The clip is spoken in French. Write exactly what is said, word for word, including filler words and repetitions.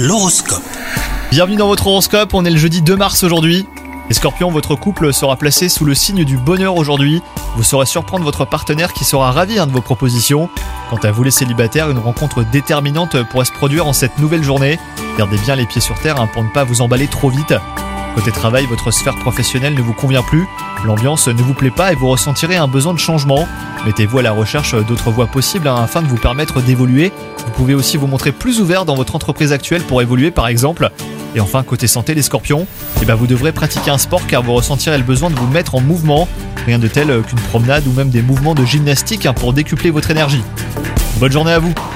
L'horoscope. Bienvenue dans votre horoscope, on est le jeudi deux mars aujourd'hui. Les Scorpions, votre couple sera placé sous le signe du bonheur aujourd'hui. Vous saurez surprendre votre partenaire qui sera ravi hein, de vos propositions. Quant à vous les célibataires, une rencontre déterminante pourrait se produire en cette nouvelle journée. Gardez bien les pieds sur terre hein, pour ne pas vous emballer trop vite. Côté travail, votre sphère professionnelle ne vous convient plus, l'ambiance ne vous plaît pas et vous ressentirez un besoin de changement. Mettez-vous à la recherche d'autres voies possibles hein, afin de vous permettre d'évoluer. Vous pouvez aussi vous montrer plus ouvert dans votre entreprise actuelle pour évoluer par exemple. Et enfin, côté santé les Scorpions, eh ben vous devrez pratiquer un sport car vous ressentirez le besoin de vous mettre en mouvement. Rien de tel qu'une promenade ou même des mouvements de gymnastique hein, pour décupler votre énergie. Bonne journée à vous!